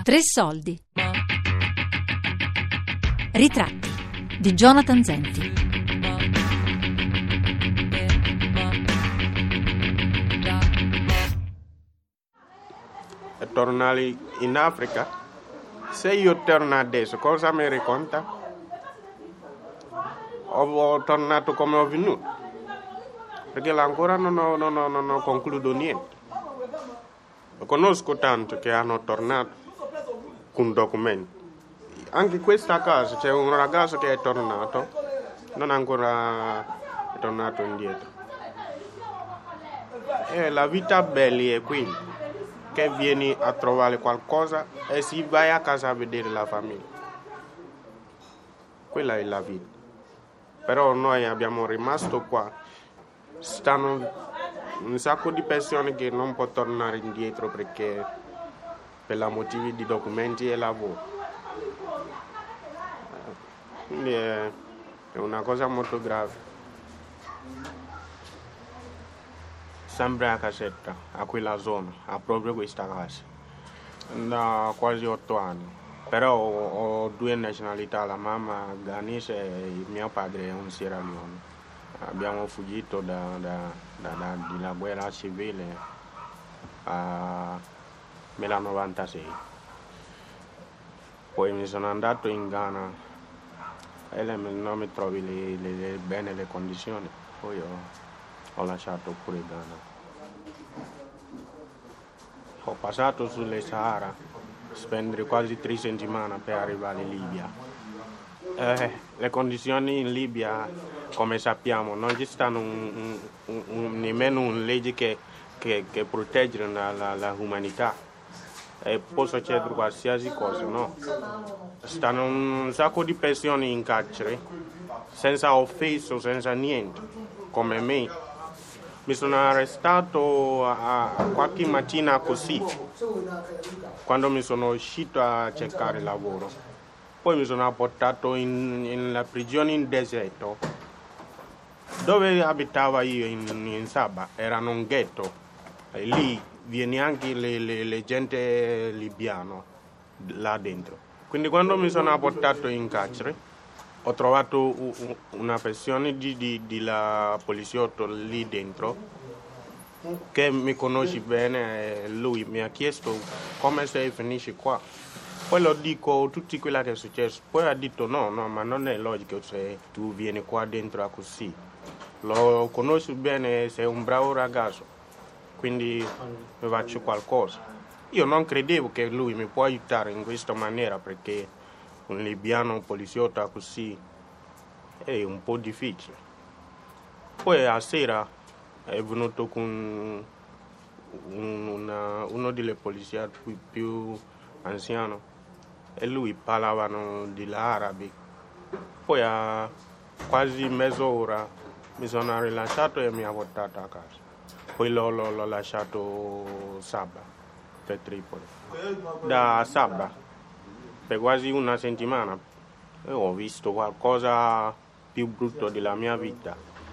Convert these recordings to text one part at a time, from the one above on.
Tre soldi. Ritratti di Jonathan Zenti. E tornare in Africa? Se io torno adesso, cosa mi racconta? Ho tornato come ho venuto, perché ancora non ho concluso niente. Conosco tanti che hanno tornato con documenti. Anche in questa casa c'è un ragazzo che è tornato, non ancora è tornato indietro. E la vita bella è qui, che vieni a trovare qualcosa e si vai a casa a vedere la famiglia. Quella è la vita. Però noi abbiamo rimasto qua. Stanno un sacco di persone che non possono tornare indietro perché per la motivi di documenti e lavoro. Quindi è una cosa molto grave. Sempre a Caserta, a quella zona, a proprio questa casa, da quasi 8 anni. Però ho due nazionalità, la mamma ghanese e mio padre è un Sierra Leone. Abbiamo fuggito dalla guerra civile nel 1996. Poi mi sono andato in Ghana e non mi trovi bene le condizioni. Poi ho lasciato pure Ghana. Ho passato sulle Sahara, spendere quasi 3 settimane per arrivare in Libia. Le condizioni in Libia, come sappiamo, non ci stanno nemmeno una legge che protegge la umanità. E può succedere qualsiasi cosa, no? Stanno un sacco di persone in carcere, senza offesa, senza niente, come me. Mi sono arrestato qualche mattina così, quando mi sono uscito a cercare lavoro. Poi mi sono portato in prigione in deserto, dove abitavo io in Saba, era un ghetto. E lì viene anche le gente libiano là dentro. Quindi quando mi sono portato in carcere, ho trovato una persona di la poliziotto lì dentro che mi conosce bene e lui mi ha chiesto come sei finisci qua. Poi lo dico tutto quello che è successo. Poi ha detto no, ma non è logico se tu vieni qua dentro così. Lo conosci bene, sei un bravo ragazzo, quindi mi faccio qualcosa. Io non credevo che lui mi può aiutare in questa maniera perché un libiano poliziotto così è un po' difficile. Poi a sera è venuto con uno delle polizie più anziano e lui parlavano di arabi. Poi a quasi mezz'ora mi sono rilasciato e mi ha portato a casa. Poi l'ho lasciato Saba per Tripoli. Da Saba per quasi una settimana e ho visto qualcosa più brutto della mia vita.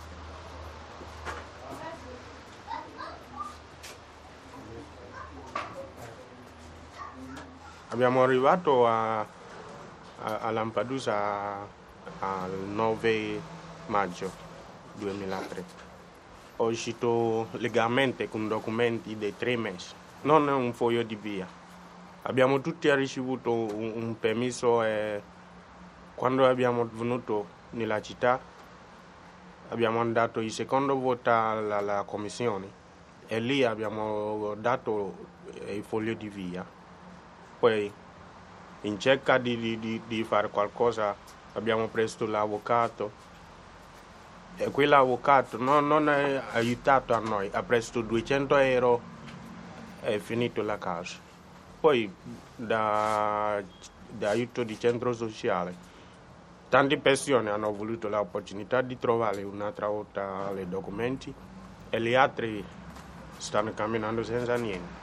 Abbiamo arrivato a Lampedusa al 9 maggio 2003. Ho uscito legalmente con documenti di 3 mesi, non un foglio di via. Abbiamo tutti ricevuto un permesso e quando abbiamo venuto nella città abbiamo dato il secondo voto alla commissione e lì abbiamo dato il foglio di via. Poi in cerca di fare qualcosa abbiamo preso l'avvocato e quell'avvocato non ha aiutato a noi, ha preso 200 euro e finito la casa. Poi da aiuto di centro sociale tante persone hanno voluto l'opportunità di trovare un'altra volta i documenti e gli altri stanno camminando senza niente.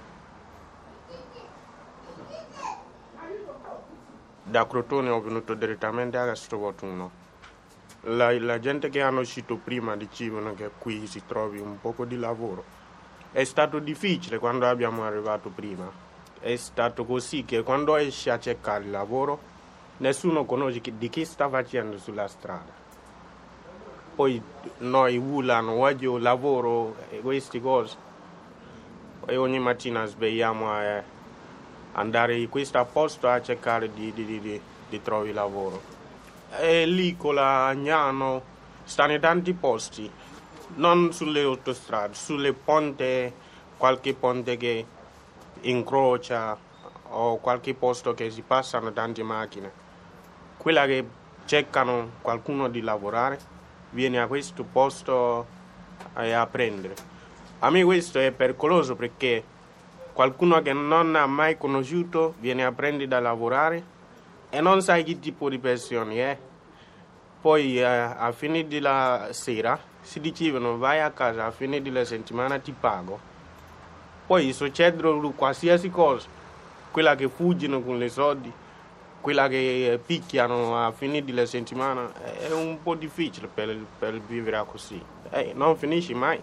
Da Crotone ho venuto direttamente a Castrovotuno. La gente che hanno uscito prima dicevano che qui si trovi un poco di lavoro. È stato difficile quando abbiamo arrivato prima è stato così che quando esci a cercare il lavoro nessuno conosce di chi sta facendo sulla strada. Poi noi urlano, voglio lavoro e queste cose. E ogni mattina svegliamo a andare in questo posto a cercare di trovare lavoro. E lì con l'Agnano stanno in tanti posti, non sulle autostrade, sulle ponte, qualche ponte che incrocia o qualche posto che si passano tante macchine. Quella che cercano qualcuno di lavorare viene a questo posto a prendere. A me questo è pericoloso perché qualcuno che non ha mai conosciuto viene a prendere da lavorare e non sai che tipo di persone è. Poi a fine della sera si dicevano vai a casa, a fine della settimana ti pago. Poi succedono qualsiasi cosa, quella che fuggono con le soldi, quella che picchiano a fine della settimana, è un po' difficile per vivere così. Non finisce mai.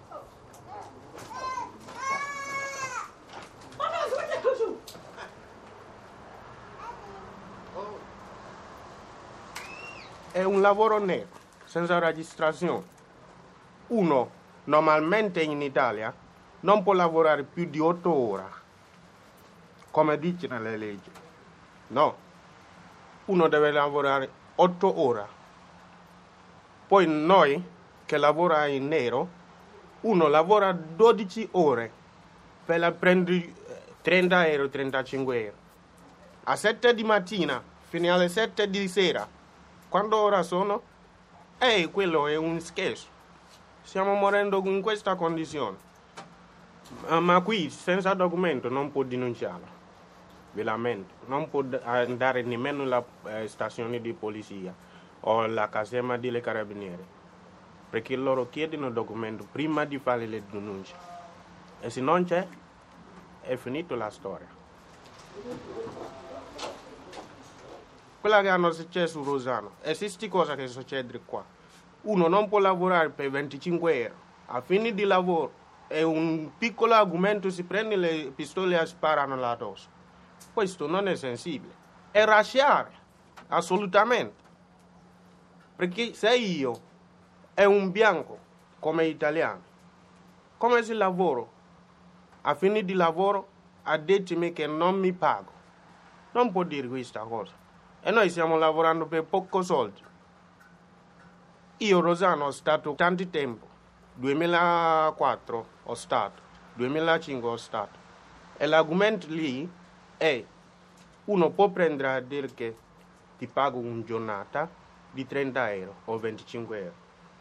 È un lavoro nero, senza registrazione. Uno, normalmente in Italia, non può lavorare più di 8 ore, come dicono le leggi. No, uno deve lavorare 8 ore. Poi noi, che lavora in nero, uno lavora 12 ore per prendere 30 euro, 35 euro. A 7 di mattina, fino alle 7 di sera. Quando ora sono? Quello è un scherzo. Stiamo morendo in questa condizione. Ma qui, senza documento, non può denunciarlo. Veramente. Non può andare nemmeno alla stazione di polizia o alla caserma delle carabinieri. Perché loro chiedono documento prima di fare le denunce. E se non c'è, è finita la storia. Quella che hanno successo a Rosano, esiste cosa che succede qua. Uno non può lavorare per 25 euro. A fine di lavoro è un piccolo argomento, si prende le pistole e sparano là addosso. Questo non è sensibile. È razziale, assolutamente. Perché se io è un bianco come italiano, come si lavoro? A fine di lavoro ha detto me che non mi pago. Non può dire questa cosa. E noi stiamo lavorando per poco soldi. Io Rosano ho stato tanto tempo, 2004 ho stato, 2005 ho stato. E l'argomento lì è, uno può prendere a dire che ti pago una giornata di 30 euro o 25 euro.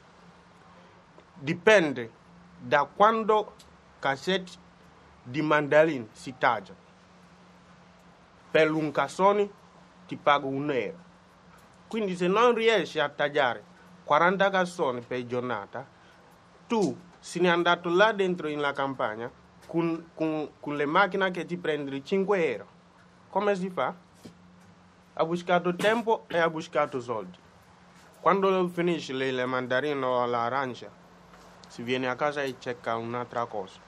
Dipende da quando cassetti di mandarini si tagliano. Per un cassone ti pago 1 euro. Quindi se non riesci a tagliare 40 cassoni per giornata, tu sei andato là dentro nella campagna con le macchine che ti prendono 5 euro. Come si fa? Ha buscato tempo e ha buscato soldi. Quando finisce le mandarine o l'arancia, si viene a casa e cerca un'altra cosa.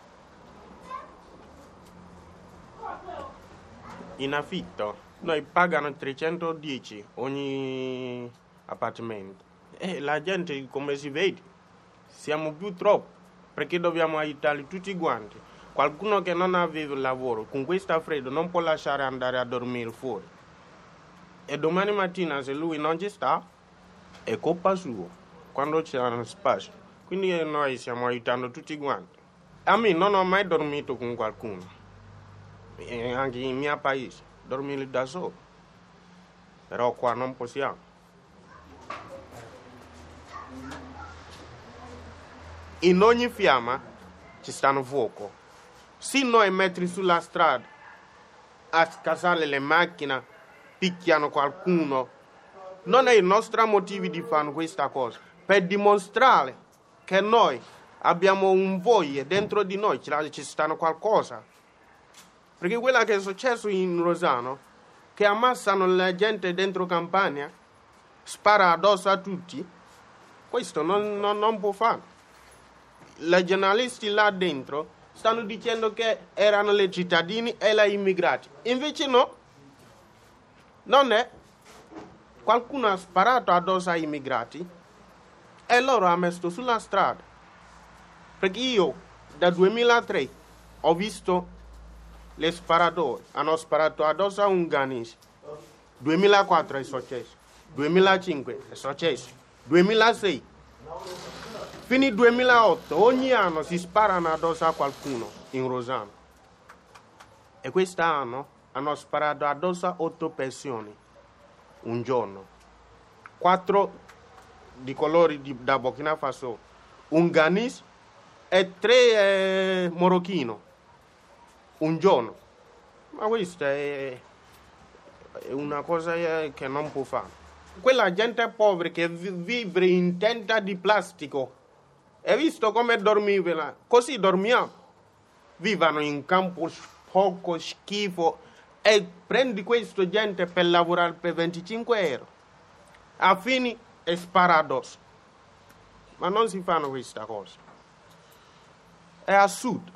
In affitto noi pagano 310 ogni appartamento e la gente, come si vede, siamo più troppo perché dobbiamo aiutare tutti quanti. Qualcuno che non aveva lavoro con questo freddo non può lasciare andare a dormire fuori e domani mattina se lui non ci sta è colpa sua quando c'è uno spazio. Quindi noi stiamo aiutando tutti quanti. A me non ho mai dormito con qualcuno, e anche in mio paese dormire da solo, però qua non possiamo. In ogni fiamma ci stanno fuoco. Se noi mettiamo sulla strada a scassare le macchine, picchiano qualcuno, non è il nostro motivo di fare questa cosa, per dimostrare che noi abbiamo un voglia dentro di noi, ci stanno qualcosa. Perché quello che è successo in Rosano, che ammassano la gente dentro campagna, spara addosso a tutti, questo non può fare. I giornalisti là dentro stanno dicendo che erano i cittadini e gli immigrati. Invece no, non è. Qualcuno ha sparato addosso ai immigrati e loro ha messo sulla strada. Perché io dal 2003 ho visto le sparatori, hanno sparato addosso a un ghanese. 2004 è successo, 2005 è successo, 2006. Fino al 2008 ogni anno si sparano addosso a qualcuno in Rosano. E quest'anno hanno sparato addosso a 8 persone un giorno. 4 di colori da Burkina Faso, un ghanese e 3 marocchino un giorno. Ma questa è una cosa che non può fare. Quella gente povera che vive in tenda di plastico, hai visto come dormivano? Così dormiamo. Vivono in campo poco schifo e prendi questa gente per lavorare per 25 euro. A fine e spara addosso. Ma non si fanno questa cosa. È assurdo.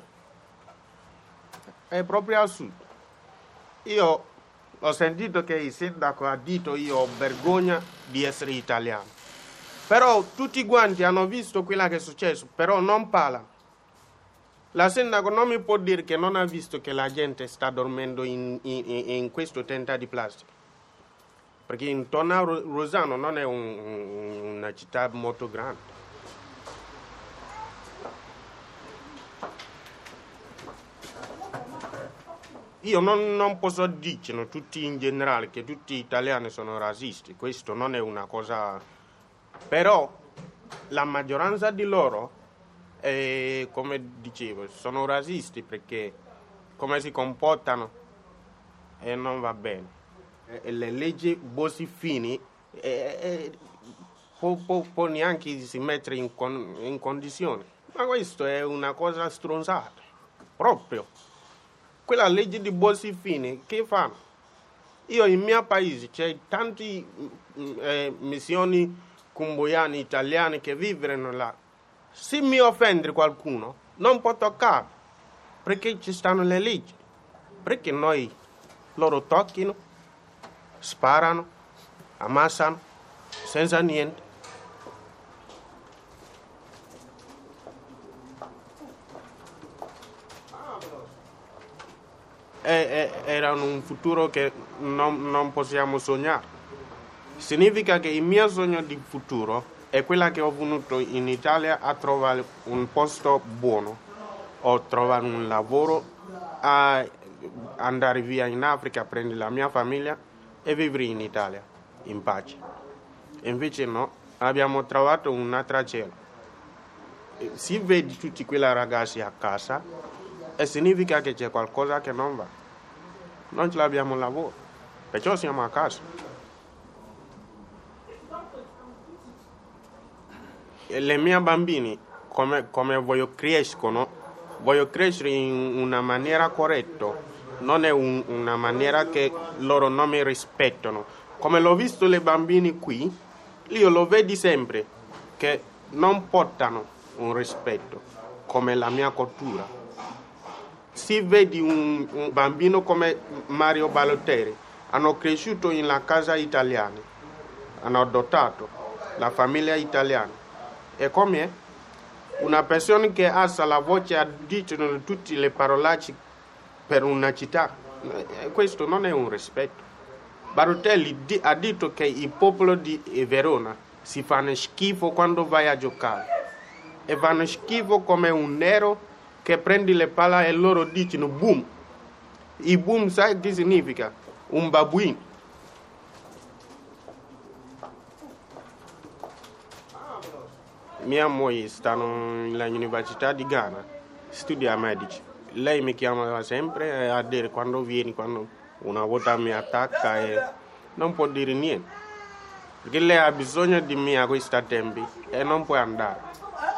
È proprio assurdo. Io ho sentito che il sindaco ha detto io ho vergogna di essere italiano. Però tutti quanti hanno visto quello che è successo, però non parlano. La sindaco non mi può dire che non ha visto che la gente sta dormendo in questo tenda di plastica. Perché intorno a Rosano non è una città molto grande. Io non posso dire tutti in generale che tutti gli italiani sono razzisti, questo non è una cosa, però la maggioranza di loro, come dicevo, sono razzisti perché come si comportano non va bene. Le leggi Bossi-Fini può neanche si mettere in condizione, ma questo è una cosa stronzata, proprio. Quella legge di Bossi-Fini, che fanno? Io in mio paese c'è tanti missioni cumboiane italiane che vivono là. Se mi offende qualcuno, non può toccare, perché ci stanno le leggi. Perché loro tocchino, sparano, ammassano, senza niente. Era un futuro che non possiamo sognare. Significa che il mio sogno di futuro è quella che ho venuto in Italia a trovare un posto buono, o trovare un lavoro, a andare via in Africa a prendere la mia famiglia e vivere in Italia in pace. Invece no, abbiamo trovato un'altra cielo. Si vede tutti quei ragazzi a casa e significa che c'è qualcosa che non va. Non ce l'abbiamo lavoro, perciò siamo a casa. E le mie bambine, come voglio crescere in una maniera corretta, non è una maniera che loro non mi rispettano. Come l'ho visto le bambine qui, io lo vedo sempre che non portano un rispetto come la mia cultura. Si vede un bambino come Mario Balotelli, hanno cresciuto in una casa italiana, hanno adottato la famiglia italiana. E come una persona che alza la voce a dire tutte le parolacce per una città, questo non è un rispetto. Balotelli ha detto che il popolo di Verona si fanno schifo quando vai a giocare e fanno schifo come un nero che prende le palle e loro dicono boom. Il boom sai che significa? Un babuino. Mia moglie sta all'Università di Ghana, studia medici. Lei mi chiama sempre a dire quando vieni, quando una volta mi attacca e non può dire niente. Perché lei ha bisogno di me a questi tempi e non può andare.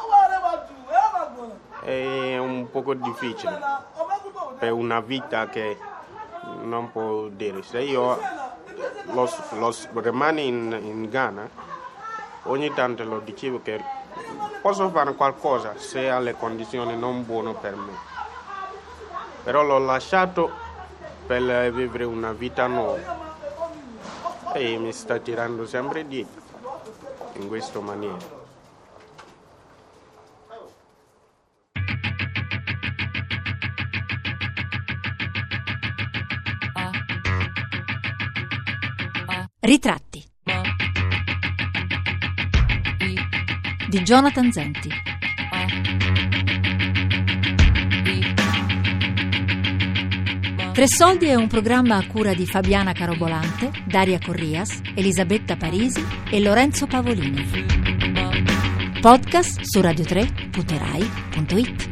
È un poco difficile per una vita che non può dire. Se io rimane in Ghana, ogni tanto lo dicevo che posso fare qualcosa se ha le condizioni non buone per me. però l'ho lasciato per vivere una vita nuova e mi sta tirando sempre dietro in questa maniera. Ritratti di Jonathan Zenti. Tre Soldi è un programma a cura di Fabiana Carobolante, Daria Corrias, Elisabetta Parisi e Lorenzo Pavolini. Podcast su radio3.rai.it.